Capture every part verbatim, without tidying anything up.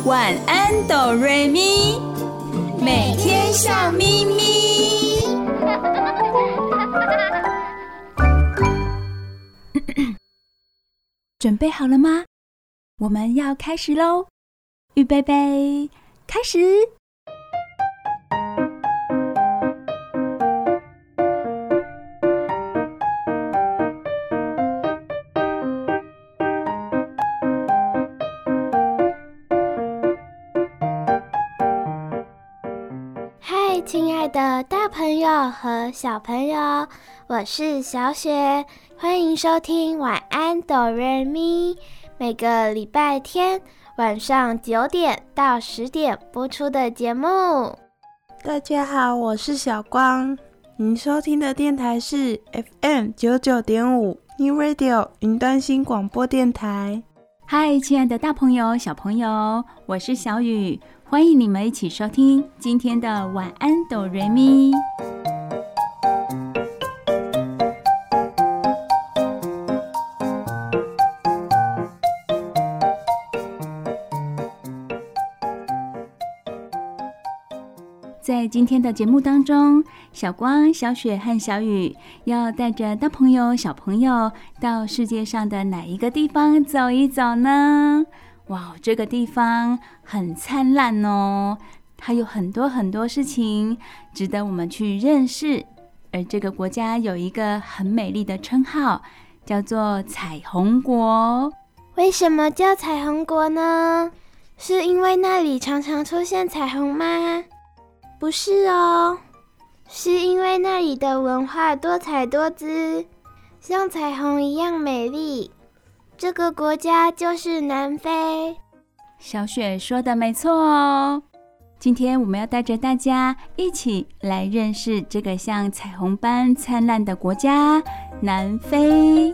晚安哆瑞咪，每天笑眯眯。准备好了吗？我们要开始咯！预备备，开始！ 嗨，亲爱的大朋友和小朋友，我是小雪，欢迎收听晚安哆瑞咪，每个礼拜天晚上九点到十点播出的节目。 大家好，我是小光，您收听的电台是 F M 九十九点五 New Radio 云端新广播电台。 嗨，亲爱的大朋友小朋友，我是小雨，欢迎你们一起收听今天的晚安哆瑞咪。在今天的节目当中，小光、小雪和小雨要带着大朋友、小朋友到世界上的哪一个地方走一走呢？哇，这个地方很灿烂哦，它有很多很多事情值得我们去认识。而这个国家有一个很美丽的称号，叫做彩虹国。 为什么叫彩虹国呢？是因为那里常常出现彩虹吗？不是哦，是因为那里的文化多彩多姿，像彩虹一样美丽。这个国家就是南非。 小雪说的没错哦。今天我们要带着大家一起来认识这个像彩虹般灿烂的国家——南非。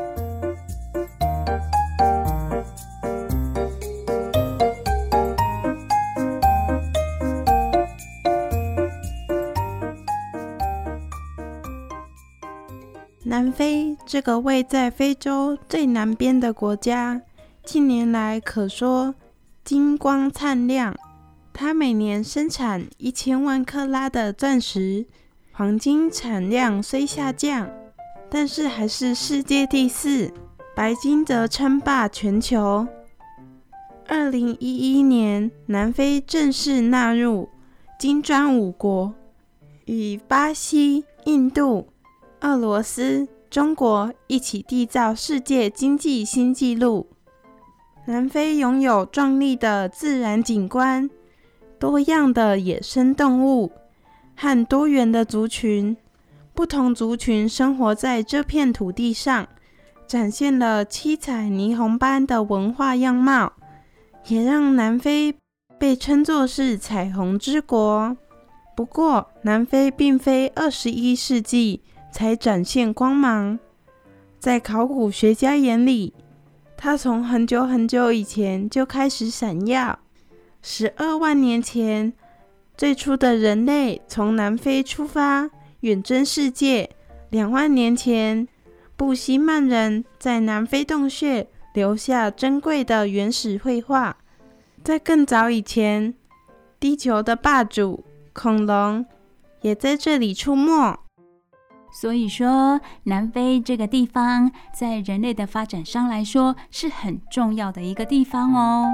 南非这个位在非洲最南边的国家，近年来可说金光灿亮。它每年生产一千万克拉的钻石，黄金产量虽下降，但是还是世界第四，白金则称霸全球。二零一一年，南非正式纳入金砖五国，与巴西、印度、俄罗斯、中国一起缔造世界经济新纪录。南非拥有壮丽的自然景观，多样的野生动物和多元的族群，不同族群生活在这片土地上，展现了七彩霓虹般的文化样貌，也让南非被称作是彩虹之国。不过，南非并非二十一世纪才展现光芒，在考古学家眼里，它从很久很久以前就开始闪耀。十二万年前，最初的人类从南非出发，远征世界。两万年前，布希曼人在南非洞穴留下珍贵的原始绘画。在更早以前，地球的霸主恐龙也在这里出没。 所以说，南非这个地方在人类的发展上来说是很重要的一个地方哦。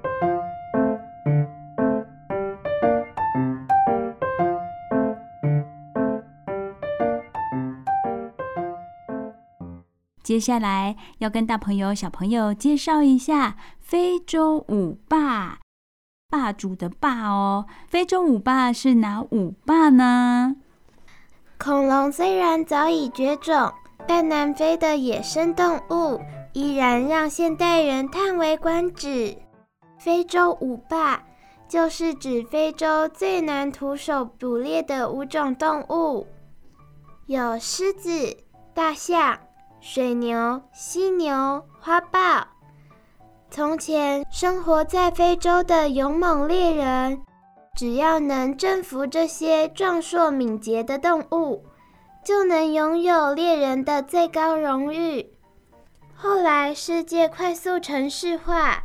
接下来要跟大朋友小朋友介绍一下非洲五霸，霸主的霸哦。非洲五霸是哪五霸呢？ 恐龙虽然早已绝种，但南非的野生动物依然让现代人叹为观止。非洲五霸就是指非洲最难徒手捕猎的五种动物，有狮子、大象、水牛、犀牛、花豹。从前生活在非洲的勇猛猎人，只要能征服这些壮硕敏捷的动物，就能拥有猎人的最高荣誉。后来世界快速城市化，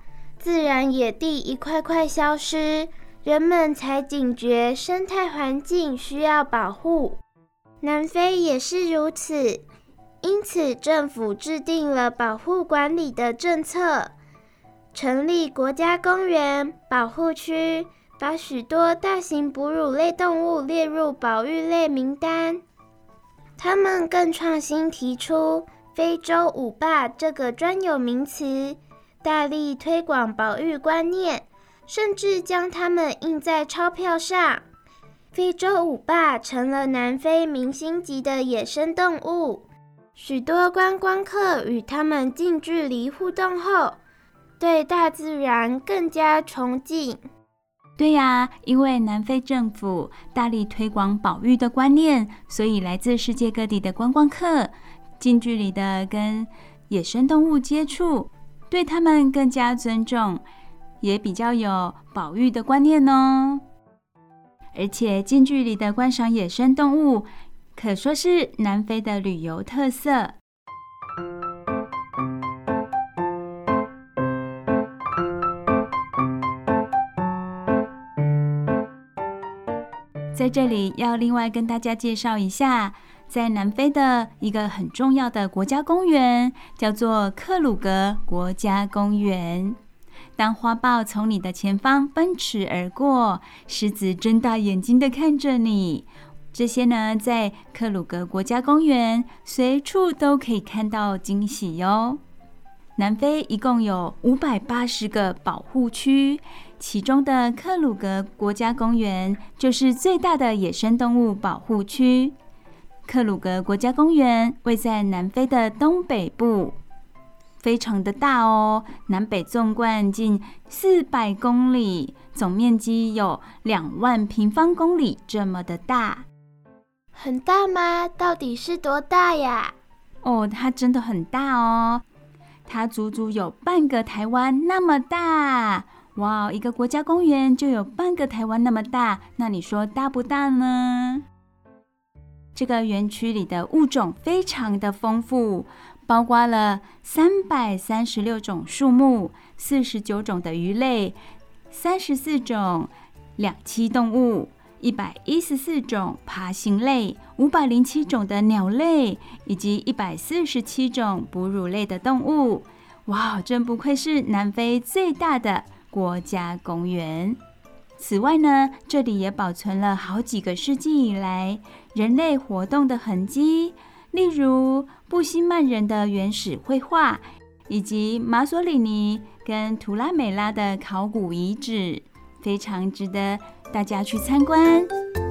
自然野地一块块消失，人们才警觉生态环境需要保护。南非也是如此，因此政府制定了保护管理的政策，成立国家公园、保护区，把许多大型哺乳类动物列入保育类名单。他们更创新提出非洲五霸这个专有名词，大力推广保育观念，甚至将它们印在钞票上。非洲五霸成了南非明星级的野生动物，许多观光客与它们近距离互动后，对大自然更加崇敬。 对呀，因为南非政府大力推广保育的观念，所以来自世界各地的观光客近距离的跟野生动物接触，对他们更加尊重，也比较有保育的观念哦。而且近距离的观赏野生动物，可说是南非的旅游特色。在这里要另外跟大家介绍一下，在南非的一个很重要的国家公园，叫做克鲁格国家公园。当花豹从你的前方奔驰而过，狮子睁大眼睛的看着你，这些呢，在克鲁格国家公园随处都可以看到惊喜哟。南非一共有五百八十个保护区，其中的克鲁格国家公园就是最大的野生动物保护区。克鲁格国家公园位在南非的东北部，非常的大哦，南北纵贯近四百公里，总面积有两万平方公里这么的大。 很大吗？到底是多大呀？ 哦，它真的很大哦，它足足有半个台湾那么大。哇，一个国家公园就有半个台湾那么大，那你说大不大呢？这个园区里的物种非常的丰富，包括了三百三十六种树木、四十九种的鱼类、三十四种两栖动物、一百一十四种爬行类、五百零七种的鸟类，以及一百四十七种哺乳类的动物。哇，真不愧是南非最大的国家公园。此外呢，这里也保存了好几个世纪以来人类活动的痕迹，例如布希曼人的原始绘画，以及马索里尼跟图拉美拉的考古遗址，非常值得大家去参观。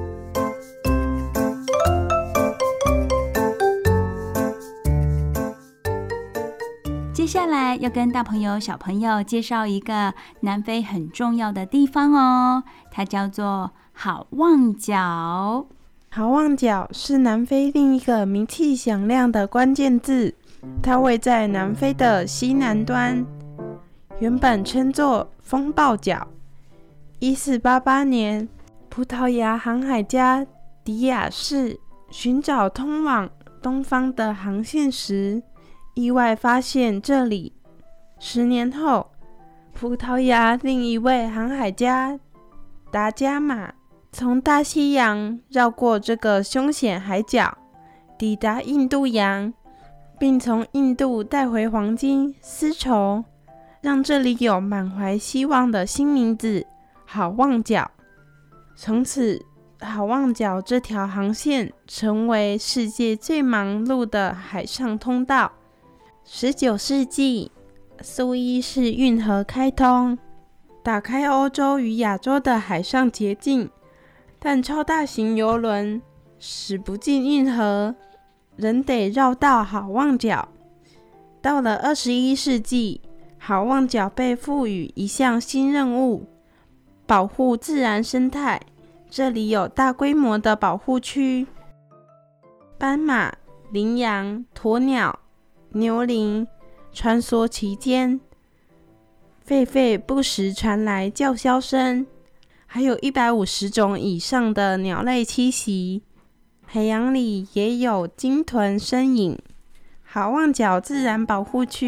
接下来要跟大朋友小朋友介绍一个南非很重要的地方哦，它叫做好望角。 好望角是南非另一个名气响亮的关键字，它位在南非的西南端，原本称作风暴角。一四八八年，葡萄牙航海家迪亚士寻找通往东方的航线时，意外发现这里。十年后，葡萄牙另一位航海家达伽马从大西洋绕过这个凶险海角，抵达印度洋，并从印度带回黄金、丝绸，让这里有满怀希望的新名字——好望角。从此，好望角这条航线成为世界最忙碌的海上通道。十九世纪，苏伊士运河开通，打开欧洲与亚洲的海上捷径，但超大型邮轮驶不进运河，仍得绕道好望角。到了二十一世纪，好望角被赋予一项新任务：保护自然生态。这里有大规模的保护区，斑马、羚羊、鸵鸟、牛羚穿梭其间，狒狒不时传来叫嚣声，还有一百五十种以上的鸟类栖息，海洋里也有鲸豚身影。好望角自然保护区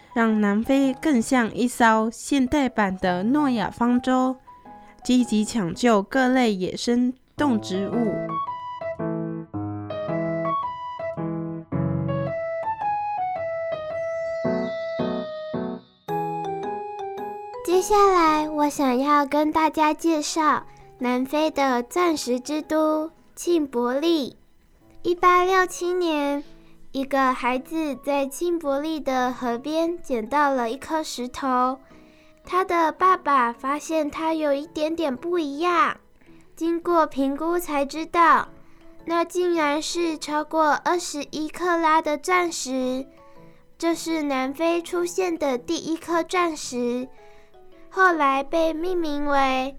让南非更像一艘现代版的诺亚方舟，积极抢救各类野生动植物。 接下来，我想要跟大家介绍南非的钻石之都沁伯利。一八六七年，一个孩子在沁伯利的河边捡到了一颗石头，他的爸爸发现它有一点点不一样，经过评估才知道，那竟然是超过二十一克拉的钻石。这是南非出现的第一颗钻石，后来被命名为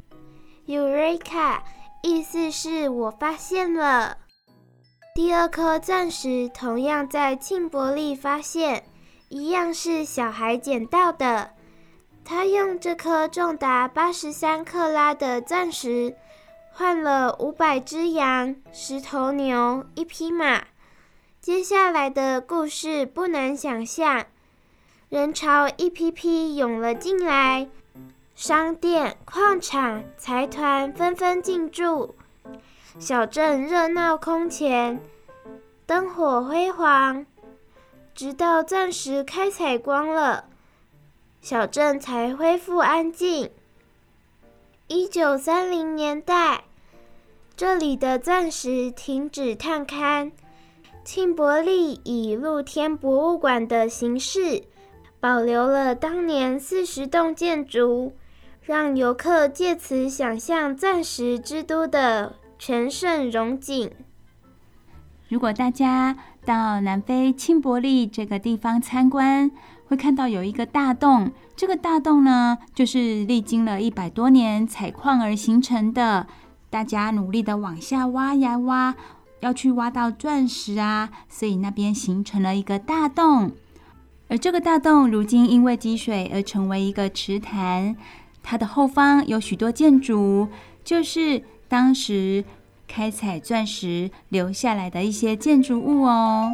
Eureka， 意思是我发现了。第二颗钻石同样在沁伯利发现，一样是小孩捡到的。他用这颗重达八十三克拉的钻石换了五百只羊、十头牛、一匹马。接下来的故事不难想象，人潮一批批涌了进来，商店、矿场、财团纷纷进驻，小镇热闹空前，灯火辉煌，直到钻石开采光了，小镇才恢复安静。一九三零年代，这里的钻石停止探勘，沁伯利以露天博物馆的形式保留了当年四十栋建筑，让游客借此想象钻石之都的全盛荣景。 如果大家到南非沁伯利这个地方参观，会看到有一个大洞，这个大洞呢，就是历经了一百多年采矿而形成的，大家努力的往下挖呀挖，要去挖到钻石啊，所以那边形成了一个大洞。而这个大洞如今因为积水而成为一个池潭，它的后方有许多建筑，就是当时开采钻石留下来的一些建筑物哦。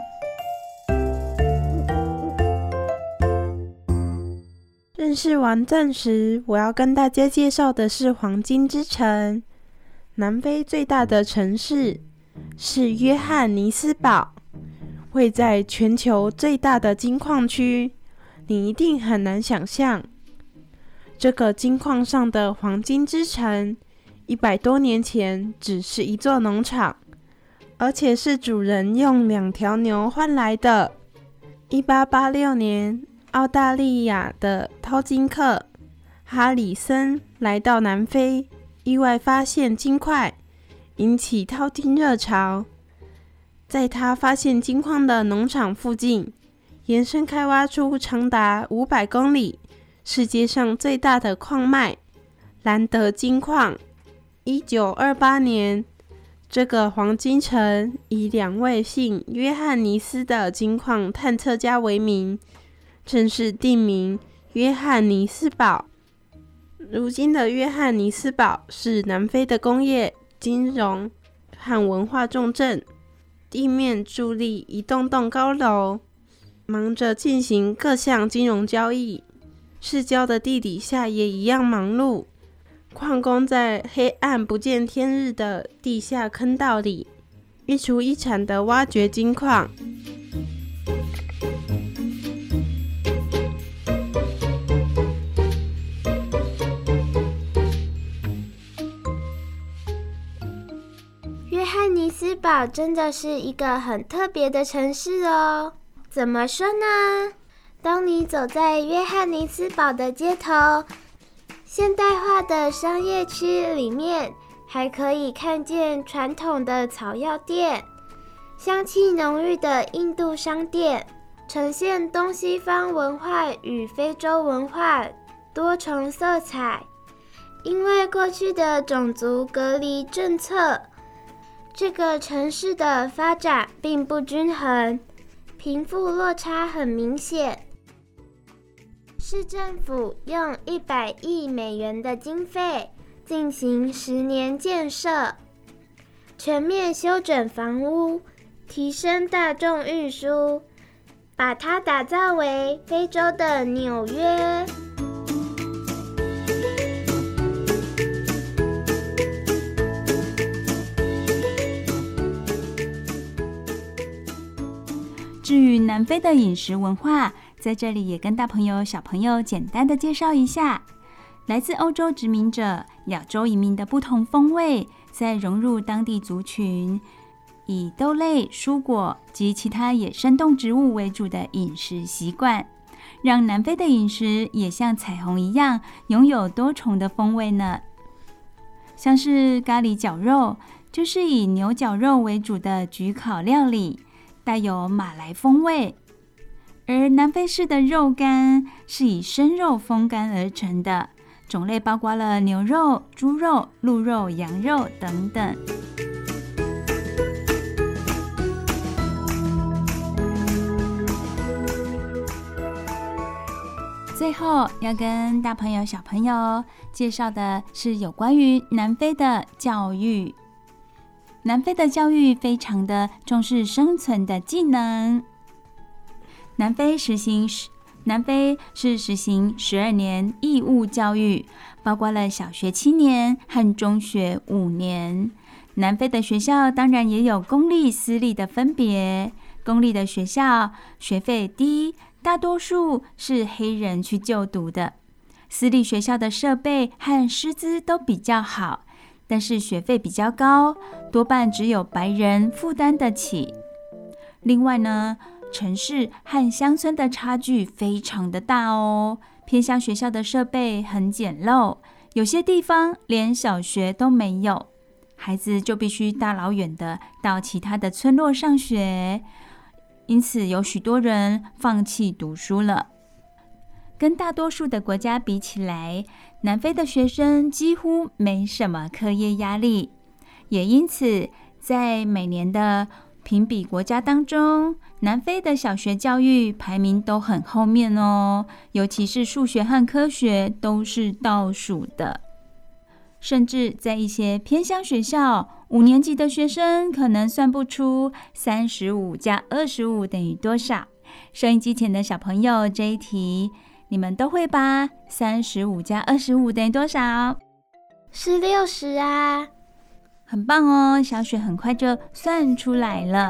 认识完钻石，我要跟大家介绍的是黄金之城。南非最大的城市是约翰尼斯堡，位在全球最大的金矿区，你一定很难想象，这个金矿上的黄金之城，一百多年前只是一座农场，而且是主人用两条牛换来的。一八八六年，澳大利亚的淘金客哈里森来到南非，意外发现金块，引起淘金热潮。在他发现金矿的农场附近，延伸开挖出长达五百公里、世界上最大的矿脉兰德金矿。一九二八年，这个黄金城以两位姓约翰尼斯的金矿探测家为名，正式定名约翰尼斯堡。如今的约翰尼斯堡是南非的工业、金融和文化重镇，地面伫立一栋栋高楼，忙着进行各项金融交易。市郊的地底下也一样忙碌，矿工在黑暗不见天日的地下坑道里，一锄一铲的挖掘金矿。 约翰尼斯堡真的是一个很特别的城市哦。怎么说呢？当你走在约翰尼斯堡的街头，现代化的商业区里面，还可以看见传统的草药店、香气浓郁的印度商店，呈现东西方文化与非洲文化多重色彩。因为过去的种族隔离政策，这个城市的发展并不均衡，贫富落差很明显。市政府用一百亿美元的经费进行十年建设，全面修整房屋，提升大众运输， 把它打造为非洲的纽约。 至于南非的饮食文化，在这里也跟大朋友小朋友简单的介绍一下。来自欧洲殖民者、亚洲移民的不同风味，再融入当地族群，以豆类、蔬果及其他野生动植物为主的饮食习惯，让南非的饮食也像彩虹一样，拥有多重的风味呢。像是咖喱绞肉，就是以牛绞肉为主的焗烤料理，带有马来风味。而南非式的肉干是以生肉风干而成的，种类包括了牛肉、猪肉、鹿肉、羊肉等等。最后要跟大朋友小朋友介绍的是有关于南非的教育。南非的教育非常的重视生存的技能。南非实行南非是实行十二年义务教育，包括了小学七年和中学五年。南非的学校当然也有公立私立的分别，公立的学校学费低，大多数是黑人去就读的。私立学校的设备和师资都比较好，但是学费比较高，多半只有白人负担得起。另外呢，城市和乡村的差距非常的大哦，偏乡学校的设备很简陋，有些地方连小学都没有，孩子就必须大老远的到其他的村落上学，因此有许多人放弃读书了。跟大多数的国家比起来，南非的学生几乎没什么课业压力，也因此在每年的评比国家当中，南非的小学教育排名都很后面哦，尤其是数学和科学都是倒数的。甚至在一些偏乡学校，五年级的学生可能算不出三十五加二十五等于多少。收音机前的小朋友，这一题你们都会吧？三十五加二十五等于多少？ 是六十啊！ 很棒哦，小雪很快就算出来了。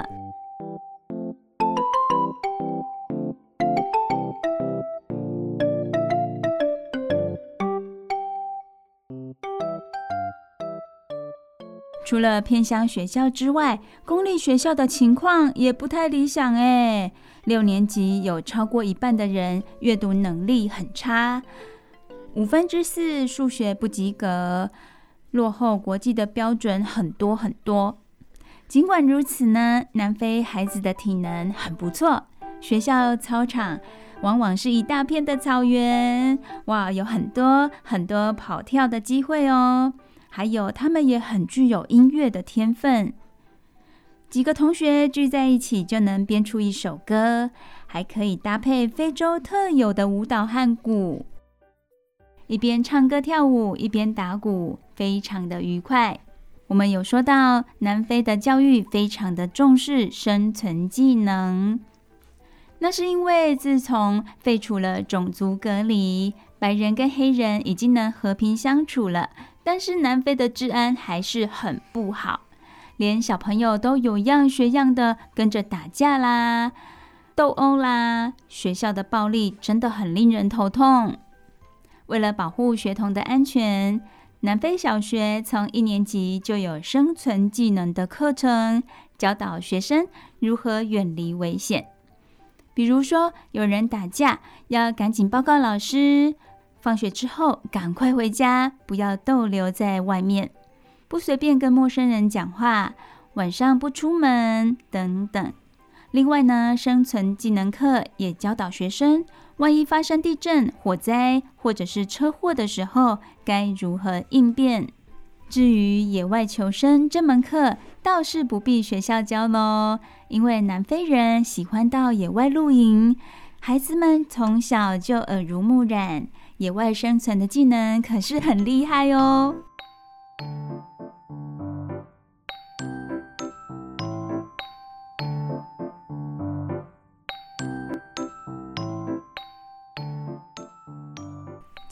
除了偏乡学校之外，公立学校的情况也不太理想哎。六年级有超过一半的人阅读能力很差，五分之四数学不及格，落后国际的标准很多很多。尽管如此呢，南非孩子的体能很不错，学校操场往往是一大片的草原，哇，有很多很多跑跳的机会哦。还有他们也很具有音乐的天分，几个同学聚在一起就能编出一首歌，还可以搭配非洲特有的舞蹈和鼓，一边唱歌跳舞一边打鼓，非常的愉快。我们有说到南非的教育非常的重视生存技能，那是因为自从废除了种族隔离，白人跟黑人已经能和平相处了，但是南非的治安还是很不好，连小朋友都有样学样的跟着打架啦、斗殴啦，学校的暴力真的很令人头痛。为了保护学童的安全，南非小学从一年级就有生存技能的课程，教导学生如何远离危险。比如说，有人打架，要赶紧报告老师，放学之后赶快回家，不要逗留在外面，不随便跟陌生人讲话，晚上不出门等等。另外呢，生存技能课也教导学生，万一发生地震、火灾或者是车祸的时候，该如何应变。至于野外求生这门课，倒是不必学校教咯，因为南非人喜欢到野外露营，孩子们从小就耳濡目染，野外生存的技能可是很厉害哦。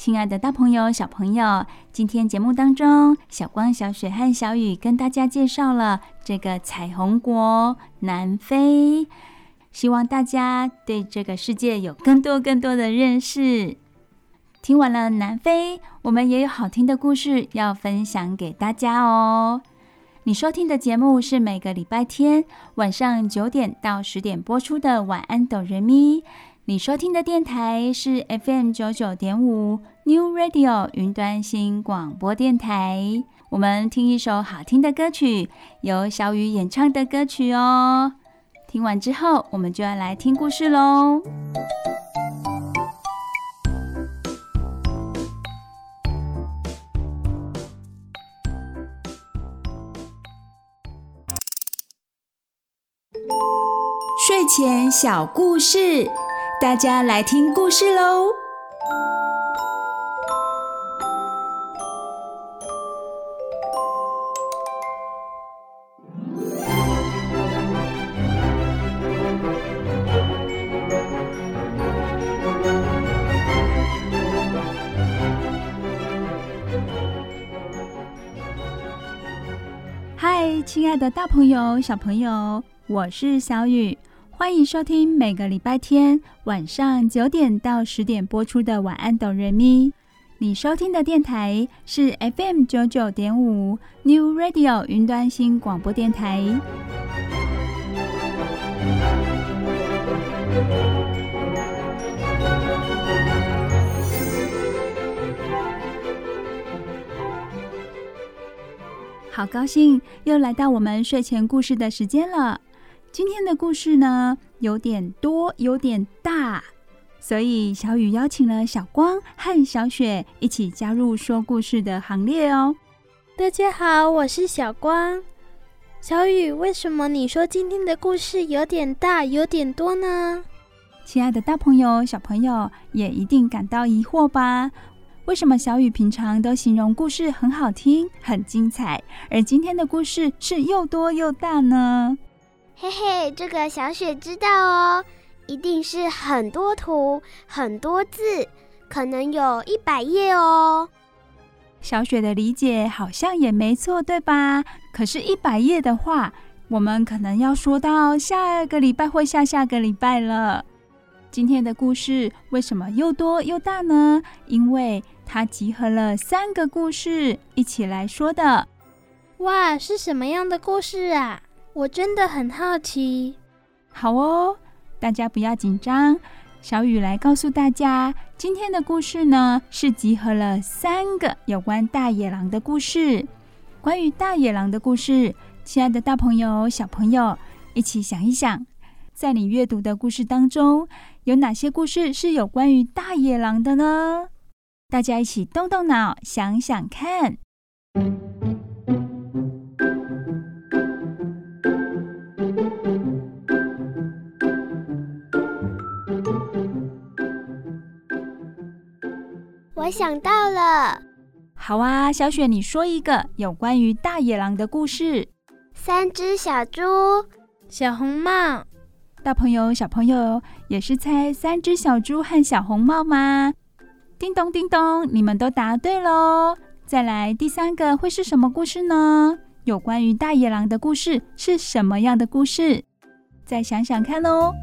亲爱的大朋友小朋友，今天节目当中，小光、小雪和小雨跟大家介绍了这个彩虹国南非，希望大家对这个世界有更多更多的认识。听完了南非，我们也有好听的故事要分享给大家哦。你收听的节目是每个礼拜天晚上九点到十点播出的晚安哆瑞咪。你收听的电台是 F M 九十九点五 New Radio 云端新广播电台。我们听一首好听的歌曲，由小雨演唱的歌曲哦。听完之后，我们就要来听故事咯。睡前小故事，大家来听故事喽！嗨，亲爱的大朋友、小朋友，我是小雨。欢迎收听每个礼拜天晚上九点到十点播出的晚安哆瑞咪。你收听的电台是 F M 九十九点五 New Radio 云端新广播电台。好高兴又来到我们睡前故事的时间了。今天的故事呢，有点多，有点大，所以小雨邀请了小光和小雪一起加入说故事的行列哦。 大家好，我是小光。小雨，为什么你说今天的故事有点大，有点多呢？ 亲爱的大朋友、小朋友也一定感到疑惑吧？为什么小雨平常都形容故事很好听、很精彩，而今天的故事是又多又大呢？ 嘿嘿，这个小雪知道哦，一定是很多图、很多字，可能有一百页哦。 小雪的理解好像也没错，对吧？可是一百页的话，我们可能要说到下个礼拜或下下个礼拜了。今天的故事为什么又多又大呢？因为它集合了三个故事一起来说的。 哇，是什么样的故事啊？我真的很好奇。 好哦，大家不要紧张，小雨来告诉大家，今天的故事呢，是集合了三个有关大野狼的故事。关于大野狼的故事，亲爱的大朋友、小朋友，一起想一想，在你阅读的故事当中，有哪些故事是有关于大野狼的呢？大家一起动动脑，想想看。 我想到了。 好啊，小雪，你说一个有关于大野狼的故事。 三只小猪，小红帽。 大朋友、小朋友也是猜三只小猪和小红帽吗？叮咚叮咚，你们都答对咯。再来，第三个会是什么故事呢？有关于大野狼的故事是什么样的故事？再想想看咯。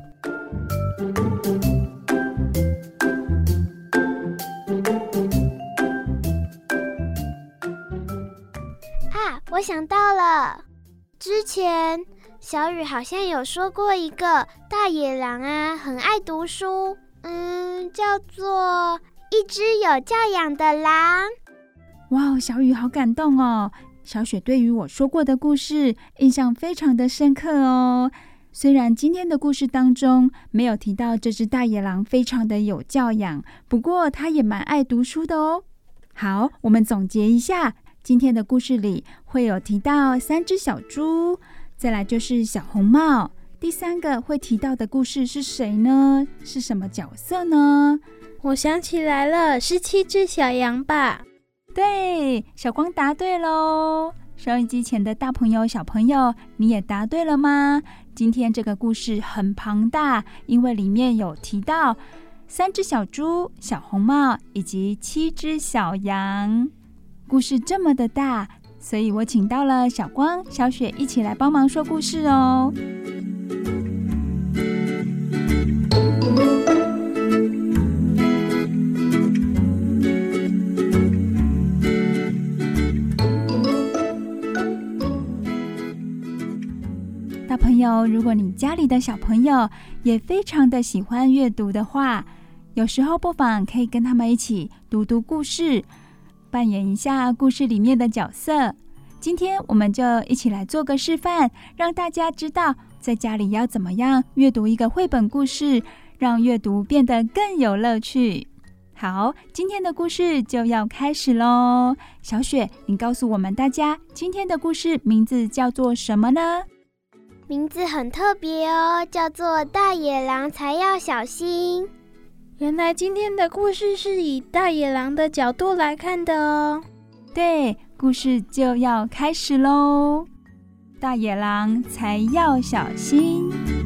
我想到了，之前小雨好像有说过一个大野狼啊，很爱读书，嗯，叫做一只有教养的狼。 哇，小雨好感动哦！小雪对于我说过的故事印象非常的深刻哦。虽然今天的故事当中没有提到这只大野狼非常的有教养，不过它也蛮爱读书的哦。好，我们总结一下。今天的故事里会有提到三只小猪，再来就是小红帽。第三个会提到的故事是谁呢？是什么角色呢？ 我想起来了，是七只小羊吧？ 对，小光答对咯。收音机前的大朋友、小朋友，你也答对了吗？今天这个故事很庞大，因为里面有提到三只小猪、小红帽以及七只小羊。故事这么的大，所以我请到了小光、小雪一起来帮忙说故事哦。大朋友，如果你家里的小朋友也非常的喜欢阅读的话，有时候不妨可以跟他们一起读读故事，扮演一下故事里面的角色。今天我们就一起来做个示范，让大家知道在家里要怎么样阅读一个绘本故事，让阅读变得更有乐趣。好，今天的故事就要开始咯。小雪，你告诉我们大家，今天的故事名字叫做什么呢？ 名字很特别哦，叫做大野狼才要小心。 原来今天的故事是以大野狼的角度来看的哦。 对，故事就要开始咯。大野狼才要小心。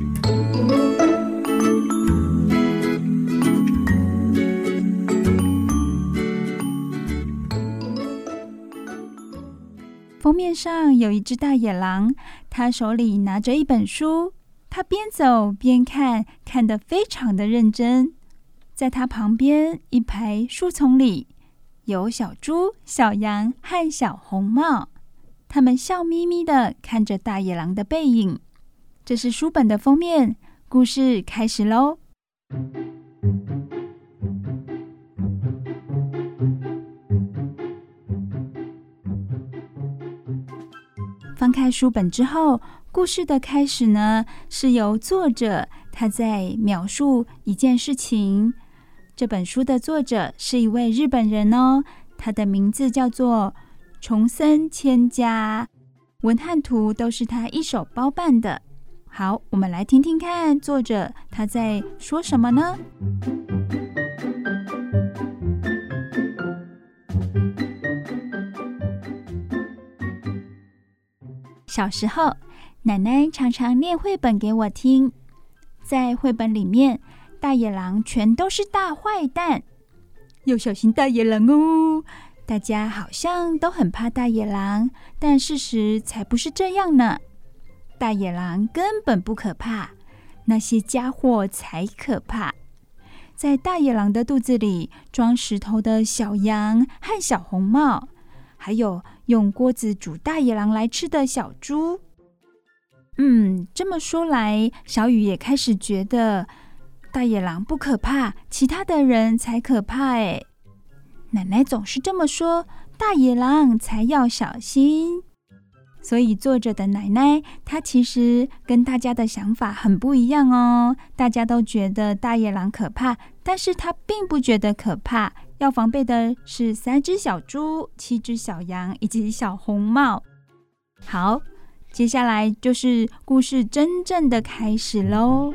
封面上有一只大野狼，他手里拿着一本书，他边走边看，看得非常的认真。在他旁边一排树丛里，有小猪、小羊和小红帽，他们笑眯眯地看着大野狼的背影。这是书本的封面，故事开始咯。翻开书本之后，故事的开始呢，是由作者他在描述一件事情。这本书的作者是一位日本人哦，他的名字叫做重森千佳，文和图都是他一手包办的。好，我们来听听看作者他在说什么呢？小时候，奶奶常常念绘本给我听。在绘本里面，大野狼全都是大坏蛋，要小心大野狼哦。大家好像都很怕大野狼，但事实才不是这样呢。大野狼根本不可怕，那些家伙才可怕。在大野狼的肚子里装石头的小羊和小红帽，还有用锅子煮大野狼来吃的小猪。嗯，这么说来，小雨也开始觉得大野狼不可怕，其他的人才可怕哎。奶奶总是这么说，大野狼才要小心。所以作者的奶奶，她其实跟大家的想法很不一样哦。大家都觉得大野狼可怕，但是她并不觉得可怕。要防备的是三只小猪、七只小羊以及小红帽。好，接下来就是故事真正的开始咯。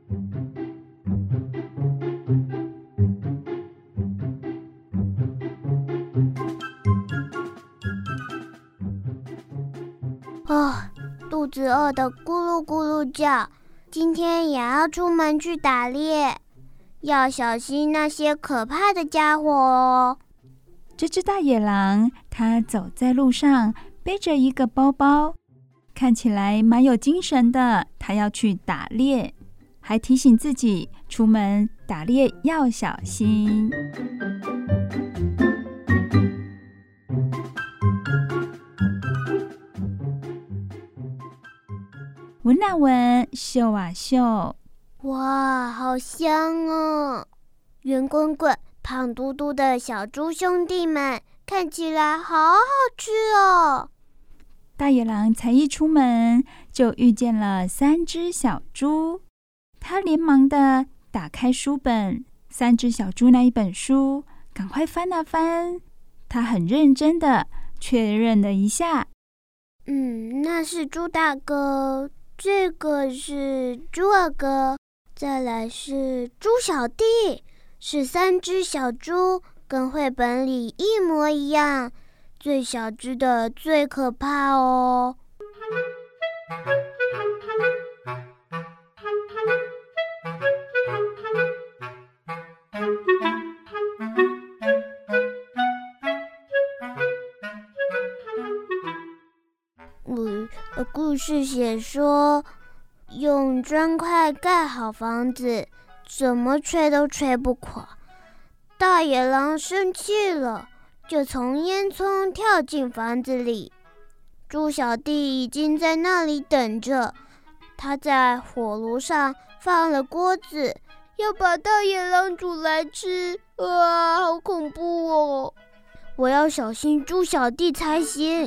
哦，肚子饿得咕噜咕噜叫，今天也要出门去打猎，要小心那些可怕的家伙哦。 这只大野狼，它走在路上，背着一个包包，看起来蛮有精神的。它要去打猎，还提醒自己出门打猎要小心。闻啊闻，嗅啊嗅， 哇，好香哦！圆滚滚、胖嘟嘟的小猪兄弟们，看起来好好吃哦。 大野狼才一出门，就遇见了三只小猪。他连忙的打开书本，三只小猪那一本书，赶快翻啊翻。他很认真的确认了一下， 嗯，那是猪大哥。这个是猪二哥，再来是猪小弟，是三只小猪，跟绘本里一模一样。最小只的最可怕哦。 故事写说，用砖块盖好房子，怎么吹都吹不垮。大野狼生气了，就从烟囱跳进房子里。猪小弟已经在那里等着，他在火炉上放了锅子，要把大野狼煮来吃。哇，好恐怖哦！我要小心猪小弟才行。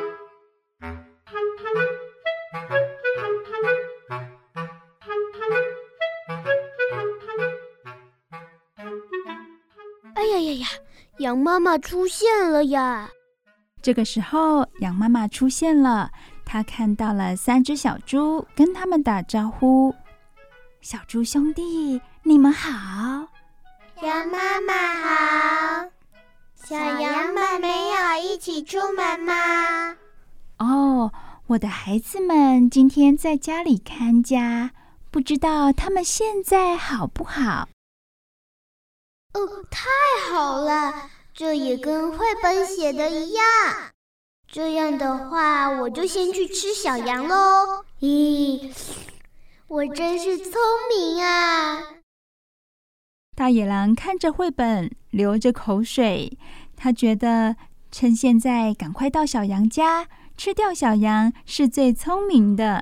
哎呀呀呀！羊妈妈出现了呀！ 这个时候，羊妈妈出现了，她看到了三只小猪，跟他们打招呼：“小猪兄弟，你们好！” 羊妈妈好。小羊们没有一起出门吗？ 哦，我的孩子们今天在家里看家，不知道他们现在好不好？ 哦，太好了，这也跟绘本写的一样。这样的话，我就先去吃小羊咯。咦，我真是聪明啊！ 大野狼看着绘本，流着口水。他觉得趁现在赶快到小羊家，吃掉小羊是最聪明的。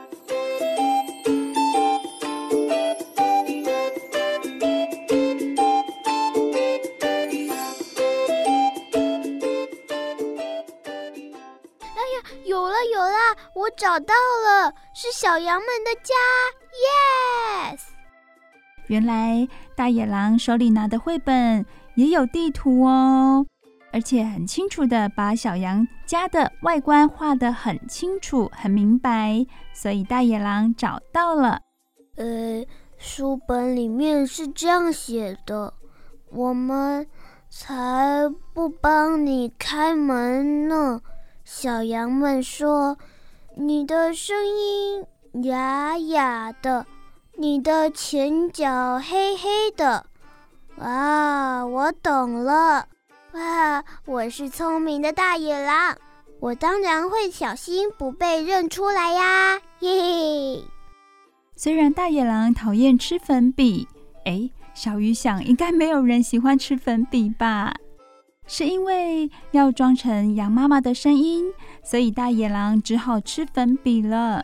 有了有了，我找到了，是小羊们的家 ，yes！ 原来大野狼手里拿的绘本也有地图哦，而且很清楚的把小羊家的外观画得很清楚、很明白，所以大野狼找到了。 呃，书本里面是这样写的，我们才不帮你开门呢。小羊们说，你的声音哑哑的，你的前脚黑黑的。啊，我懂了。哇，我是聪明的大野狼，我当然会小心不被认出来呀，耶！ 虽然大野狼讨厌吃粉笔，诶，小鱼想应该没有人喜欢吃粉笔吧？是因为要装成羊妈妈的声音，所以大野狼只好吃粉笔了。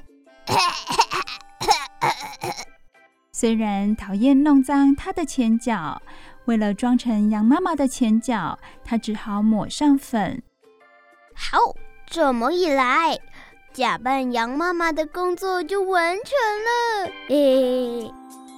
虽然讨厌弄脏它的前脚，为了装成羊妈妈的前脚，它只好抹上粉。 好，这么一来，假扮羊妈妈的工作就完成了。诶。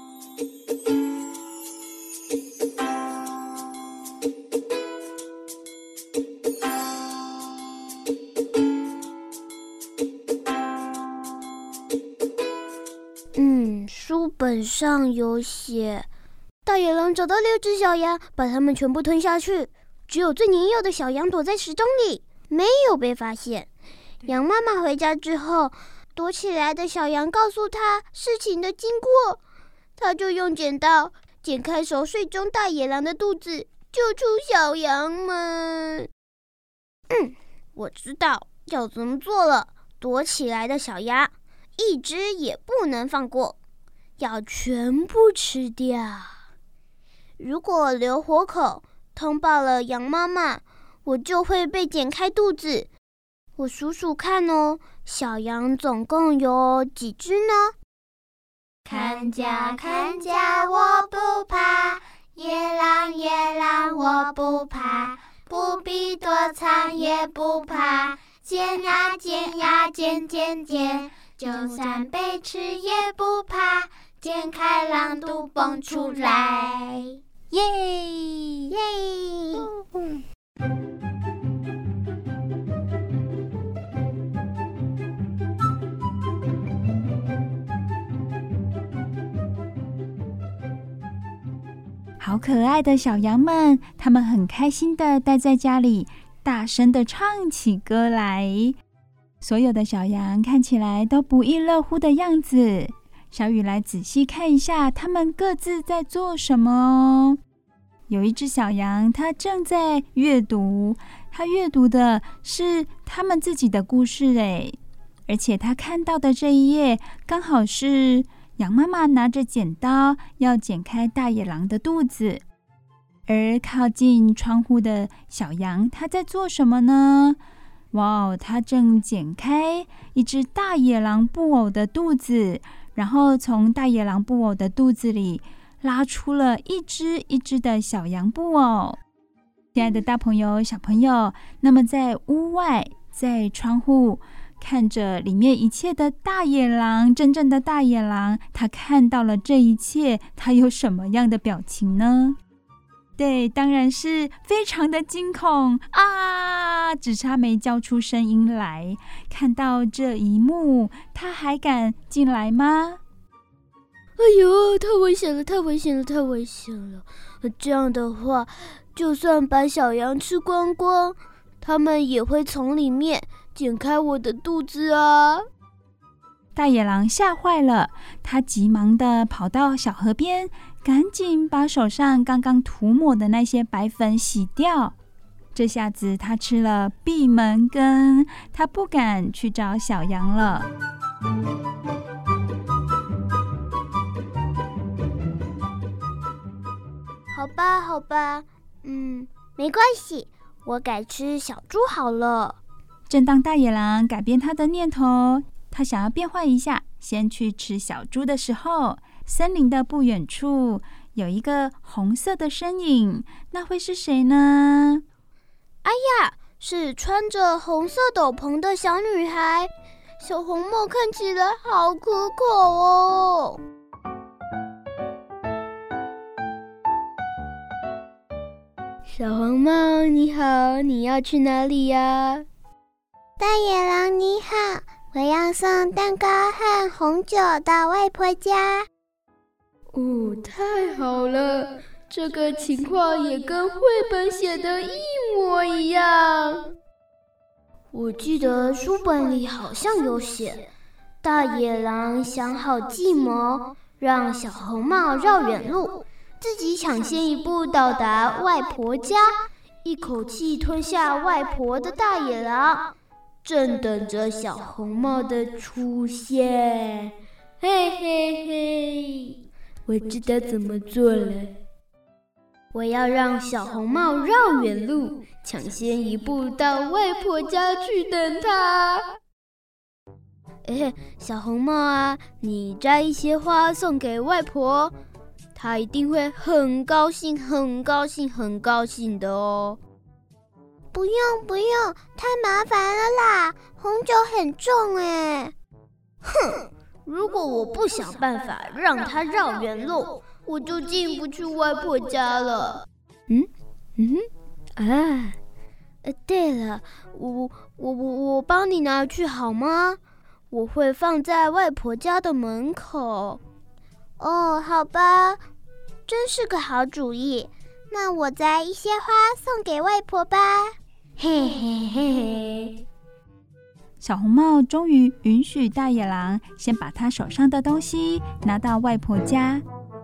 嗯，书本上有写，大野狼找到六只小羊，把它们全部吞下去，只有最年幼的小羊躲在时钟里，没有被发现。羊妈妈回家之后，躲起来的小羊告诉她事情的经过，她就用剪刀剪开熟睡中大野狼的肚子，救出小羊们。嗯，我知道要怎么做了。躲起来的小羊一只也不能放过，要全部吃掉。如果留活口，通报了羊妈妈，我就会被剪开肚子。我数数看哦，小羊总共有几只呢？ 看家看家我不怕，野狼野狼我不怕，不必躲藏也不怕，剪呀剪呀剪剪剪，就算被吃也不怕，剪开狼肚蹦出来， 耶耶！嗯好可爱的小羊们，他们很开心的待在家里，大声的唱起歌来。所有的小羊看起来都不亦乐乎的样子。小雨来仔细看一下，他们各自在做什么哦。有一只小羊，它正在阅读，它阅读的是他们自己的故事诶。 而且他看到的这一页刚好是羊妈妈拿着剪刀要剪开大野狼的肚子。而靠近窗户的小羊，它在做什么呢？哇，它正剪开一只大野狼布偶的肚子，然后从大野狼布偶的肚子里拉出了一只一只的小羊布偶。亲爱的大朋友小朋友，那么在屋外，在窗户看着里面一切的大野狼，真正的大野狼，他看到了这一切，他有什么样的表情呢？对，当然是非常的惊恐啊！只差没叫出声音来。看到这一幕，他还敢进来吗？ 哎呦，太危险了，太危险了，太危险了！这样的话，就算把小羊吃光光，他们也会从里面剪开我的肚子啊！ 大野狼吓坏了，他急忙地跑到小河边，赶紧把手上刚刚涂抹的那些白粉洗掉。这下子他吃了闭门羹，他不敢去找小羊了。 好吧，好吧，嗯，没关系，我改吃小猪好了。 正当大野狼改变他的念头，他想要变换一下，先去吃小猪的时候，森林的不远处有一个红色的身影，那会是谁呢？ 哎呀，是穿着红色斗篷的小女孩，小红帽看起来好可口哦。小红帽你好，你要去哪里呀？ 大野狼你好，我要送蛋糕和红酒到外婆家。 哦，太好了，这个情况也跟绘本写的一模一样。我记得书本里好像有写，大野狼想好计谋，让小红帽绕远路，自己抢先一步到达外婆家，一口气吞下外婆的大野狼，正等着小红帽的出现。嘿嘿嘿，我知道怎么做了。我要让小红帽绕远路，抢先一步到外婆家去等她。哎，小红帽啊，你摘一些花送给外婆，她一定会很高兴、很高兴、很高兴的哦。 不用不用，太麻烦了啦，红酒很重哎。 哼，如果我不想办法让她绕远路，我就进不去外婆家了。嗯嗯啊，呃，对了，我我我我帮你拿去好吗？我会放在外婆家的门口。 哦，好吧，真是个好主意。那我摘一些花送给外婆吧。 嘿嘿嘿嘿。 小红帽终于允许大野狼先把他手上的东西拿到外婆家。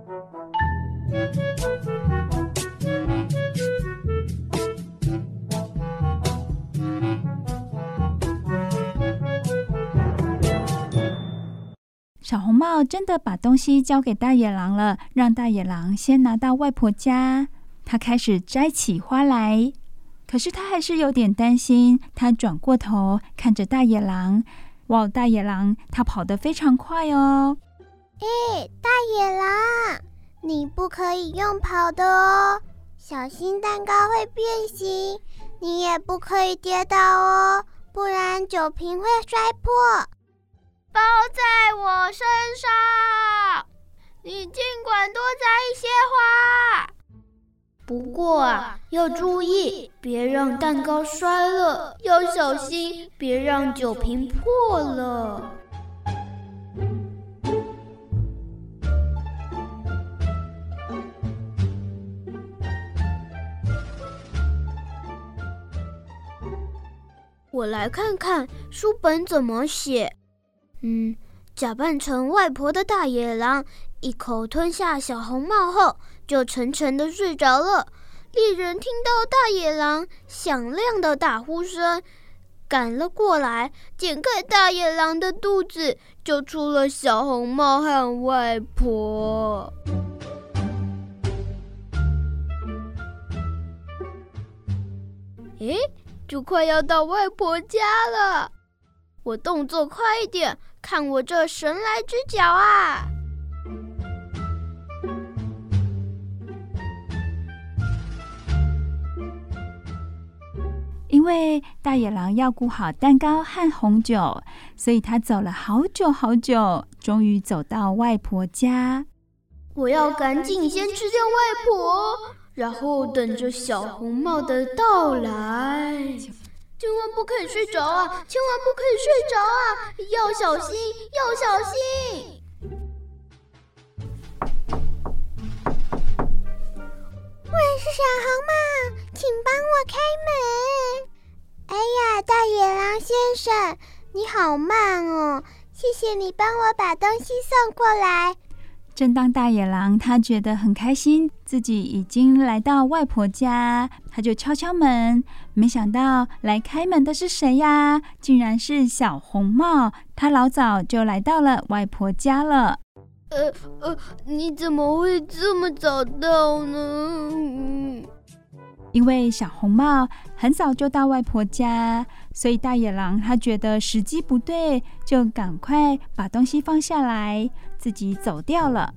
小红帽真的把东西交给大野狼了，让大野狼先拿到外婆家。他开始摘起花来，可是他还是有点担心。他转过头看着大野狼，哇，大野狼他跑得非常快哦。 哎，大野狼，你不可以用跑的哦，小心蛋糕会变形。你也不可以跌倒哦，不然酒瓶会摔破。 包在我身上，你尽管多摘一些花。不过啊，要注意，别让蛋糕摔了，要小心，别让酒瓶破了。我来看看书本怎么写。嗯，假扮成外婆的大野狼，一口吞下小红帽后，就沉沉的睡着了。猎人听到大野狼响亮的打呼声， 赶了过来，剪开大野狼的肚子，救出了小红帽和外婆。诶，就快要到外婆家了，我动作快一点，看我这神来之脚啊！ 因为大野狼要顾好蛋糕和红酒，所以他走了好久好久，终于走到外婆家。 我要赶紧先吃掉外婆，然后等着小红帽的到来。千万不可以睡着啊！千万不可以睡着啊！要小心，要小心！ 我是小红帽，请帮我开门。哎呀，大野狼先生，你好慢哦！谢谢你帮我把东西送过来。 正当大野狼他觉得很开心，自己已经来到外婆家，他就敲敲门，没想到来开门的是谁呀？竟然是小红帽，他老早就来到了外婆家了。 呃呃，你怎么会这么早到呢？ 因为小红帽很早就到外婆家，所以大野狼他觉得时机不对，就赶快把东西放下来，自己走掉了。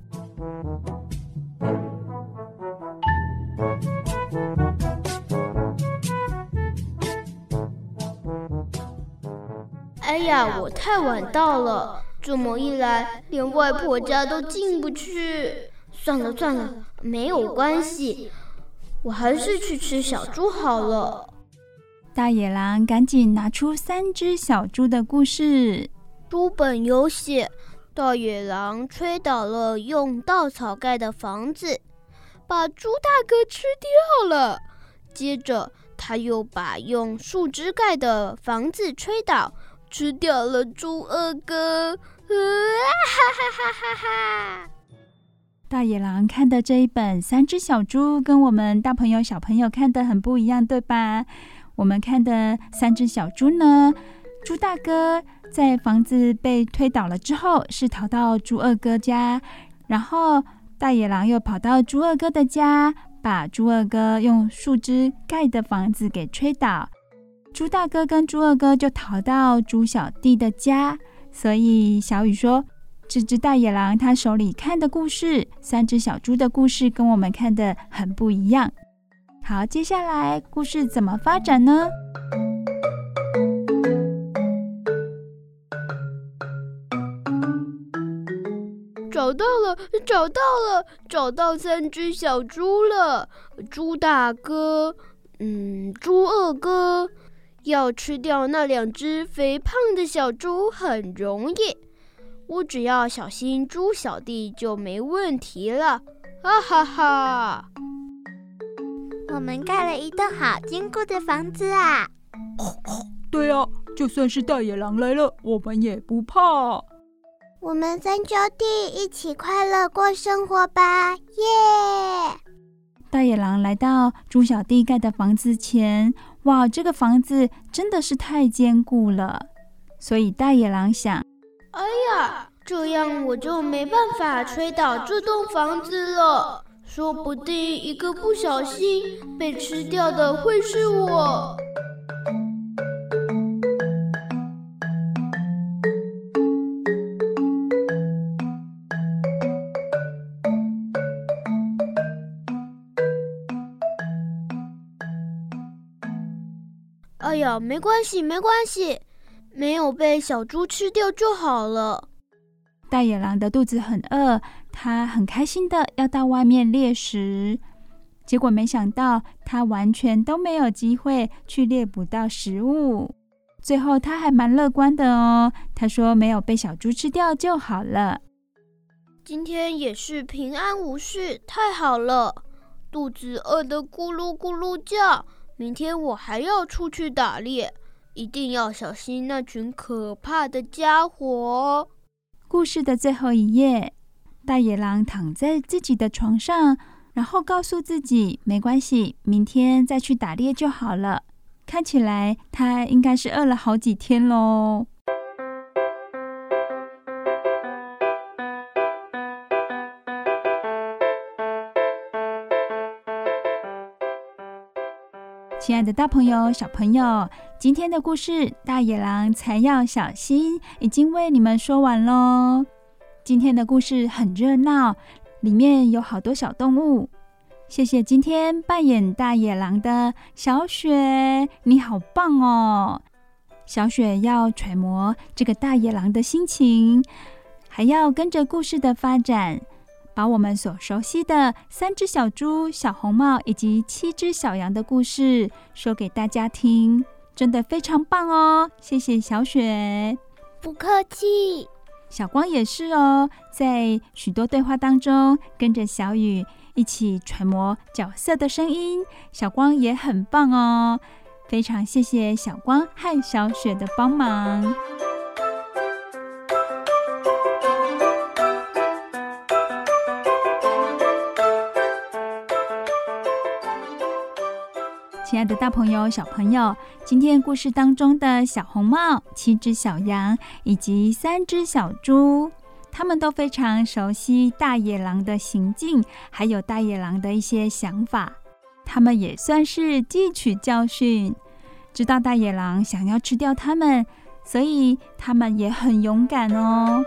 哎呀，我太晚到了，这么一来，连外婆家都进不去。算了算了，没有关系，我还是去吃小猪好了。 大野狼赶紧拿出三只小猪的故事。 书本有写，大野狼吹倒了用稻草盖的房子，把猪大哥吃掉了。接着他又把用树枝盖的房子吹倒，吃掉了猪二哥。啊哈哈哈哈哈！ 大野狼看的这一本《三只小猪》跟我们大朋友小朋友看的很不一样，对吧？我们看的《三只小猪》呢，猪大哥在房子被推倒了之后，是逃到猪二哥家，然后大野狼又跑到猪二哥的家，把猪二哥用树枝盖的房子给吹倒。猪大哥跟猪二哥就逃到猪小弟的家，所以小雨说，这只大野狼他手里看的故事，三只小猪的故事跟我们看的很不一样。好，接下来故事怎么发展呢？ 找到了，找到了，找到三只小猪了。猪大哥，嗯，猪二哥，要吃掉那两只肥胖的小猪很容易，我只要小心猪小弟就没问题了。啊哈哈！ 我们盖了一栋好坚固的房子啊！ 对啊，就算是大野狼来了，我们也不怕。 我们三兄弟一起快乐过生活吧，耶！ 大野狼来到猪小弟盖的房子前，哇，这个房子真的是太坚固了，所以大野狼想， 哎呀，这样我就没办法吹倒这栋房子了，说不定一个不小心被吃掉的会是我。哎呀，没关系，没关系，没有被小猪吃掉就好了。 大野狼的肚子很饿，他很开心的要到外面猎食，结果没想到他完全都没有机会去猎捕到食物。最后他还蛮乐观的哦，他说没有被小猪吃掉就好了。 今天也是平安无事，太好了。肚子饿得咕噜咕噜叫，明天我还要出去打猎，一定要小心那群可怕的家伙。 故事的最后一页，大野狼躺在自己的床上，然后告诉自己没关系，明天再去打猎就好了。 看起来它应该是饿了好几天咯。亲爱的大朋友小朋友，今天的故事大野狼才要小心已经为你们说完咯。今天的故事很热闹，里面有好多小动物。谢谢今天扮演大野狼的小雪，你好棒哦！小雪要揣摩这个大野狼的心情，还要跟着故事的发展，把我们所熟悉的三只小猪、小红帽以及七只小羊的故事说给大家听，真的非常棒哦！谢谢小雪。 不客气。 小光也是哦，在许多对话当中跟着小雨一起揣摩角色的声音，小光也很棒哦。非常谢谢小光和小雪的帮忙。亲爱的大朋友小朋友，今天故事当中的小红帽、七只小羊以及三只小猪，他们都非常熟悉大野狼的行径，还有大野狼的一些想法，他们也算是汲取教训，知道大野狼想要吃掉他们，所以他们也很勇敢哦。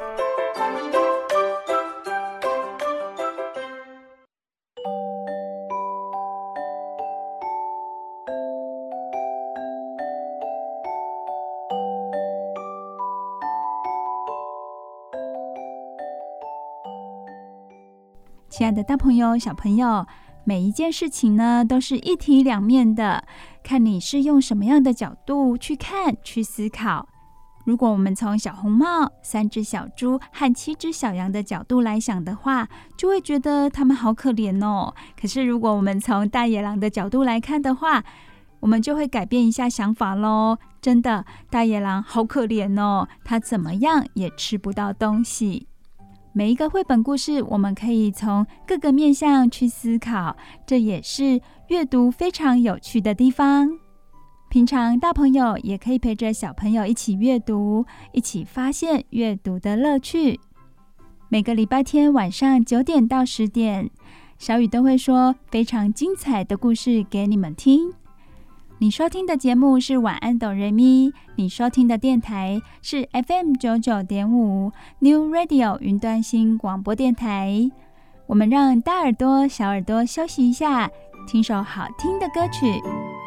亲爱的大朋友小朋友，每一件事情呢都是一体两面的，看你是用什么样的角度去看去思考。如果我们从小红帽、三只小猪和七只小羊的角度来想的话，就会觉得他们好可怜哦。可是如果我们从大野狼的角度来看的话，我们就会改变一下想法咯。真的，大野狼好可怜哦，他怎么样也吃不到东西。每一个绘本故事，我们可以从各个面向去思考，这也是阅读非常有趣的地方。平常大朋友也可以陪着小朋友一起阅读，一起发现阅读的乐趣。每个礼拜天晚上九点到十点，小雨都会说非常精彩的故事给你们听。你收听的节目是晚安哆瑞咪，你收听的电台是 F M 九十九点五 New Radio 云端新广播电台。我们让大耳朵小耳朵休息一下，听首好听的歌曲。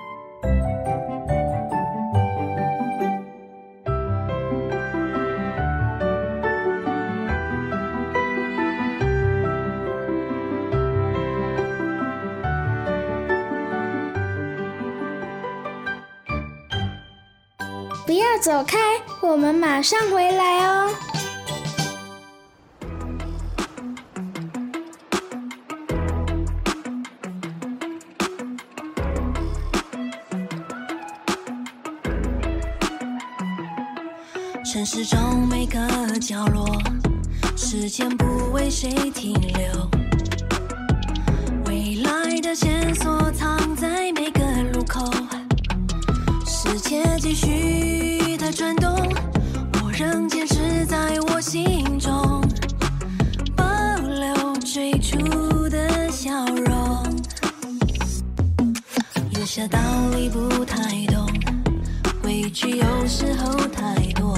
不要走开，我们马上回来哦。 城市中每个角落，时间不为谁停留，未来的线索藏在每个路口，世界继续的转动，我仍坚持在我心中，保留最初的笑容。有些道理不太懂，规矩有时候太多，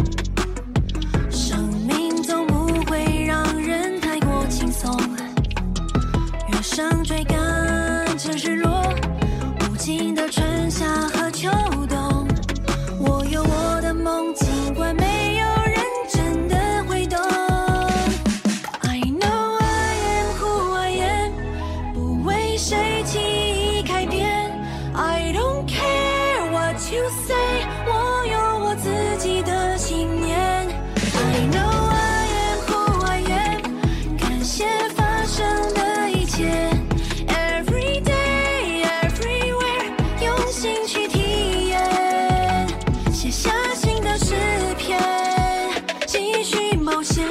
生命总不会让人太过轻松，人生追赶着日落，无尽的春夏和秋冬，我有我的梦，尽管没有人真的会懂。 I know I am who I am， 不为谁轻易改变， I don't care what you say， 我有我自己的信念。 I know I am who I am， 感谢发生的一切， Every day everywhere， 用心去体验，写下新的诗篇，继续冒险。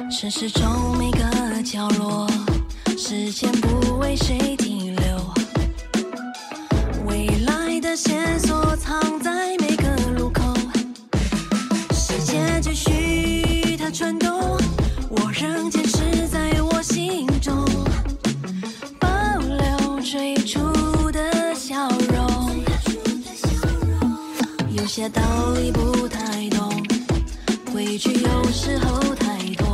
城市中每个角落，时间不为谁停留，未来的线索藏在每个路口，世界继续它转动，我仍坚持在我心中，保留最初的笑容，有些道理不太懂，规矩有时候太多，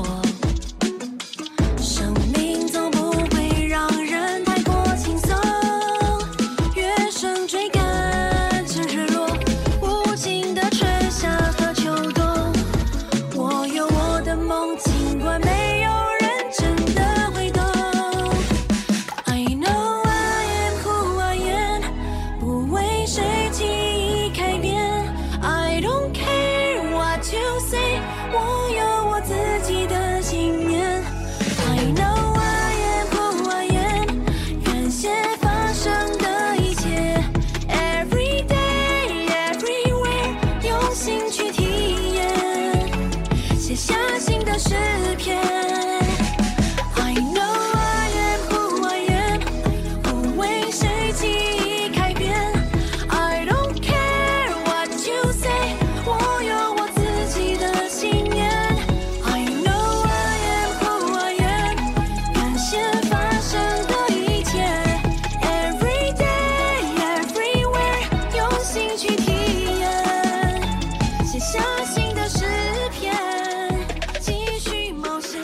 生命总不会让人太过轻松，月升追赶着日落，无尽的春夏和秋冬，我有我的梦，尽管没有人真的会懂。 I know I am who I am， 不为谁记忆改变， I don't care what you say， 我有我自己的信念。 I know I am who I am， 感谢发生的一切 Every day everywhere， 用心去体验，写下新的诗篇。 I know I am who I am， 不为谁记忆改变， I don't care what you say， 我有我自己的信念。 I know I am who I am， 感谢发生的一切 Every day everywhere， 用心去体验，写下新的诗篇，继续冒险。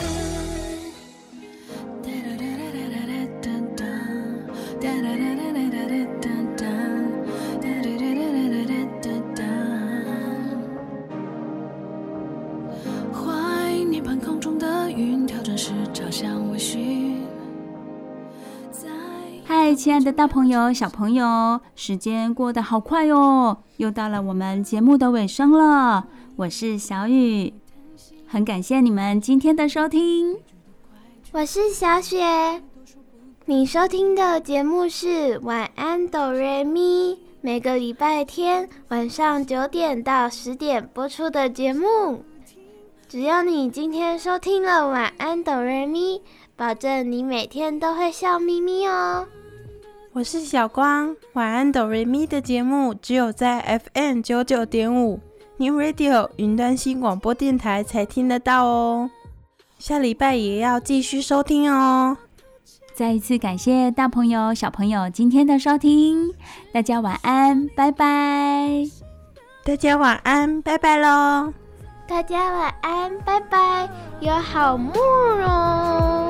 怀念半空中的云，调整时朝向微醺。在嗨，亲爱的大朋友、小朋友，时间过得好快哦，又到了我们节目的尾声了。我是小雨，很感谢你们今天的收听。 我是小雪，你收听的节目是晚安哆瑞咪，每个礼拜天晚上九点到十点播出的节目。只要你今天收听了晚安哆瑞咪，保证你每天都会笑眯眯哦。 我是小光，晚安哆瑞咪的节目只有在 F M 九九点五 New Radio 云端新广播电台才听得到哦。下礼拜也要继续收听哦。 再一次感谢大朋友、小朋友今天的收听，大家晚安，拜拜。 大家晚安，拜拜咯。 大家晚安，拜拜，有好梦哦。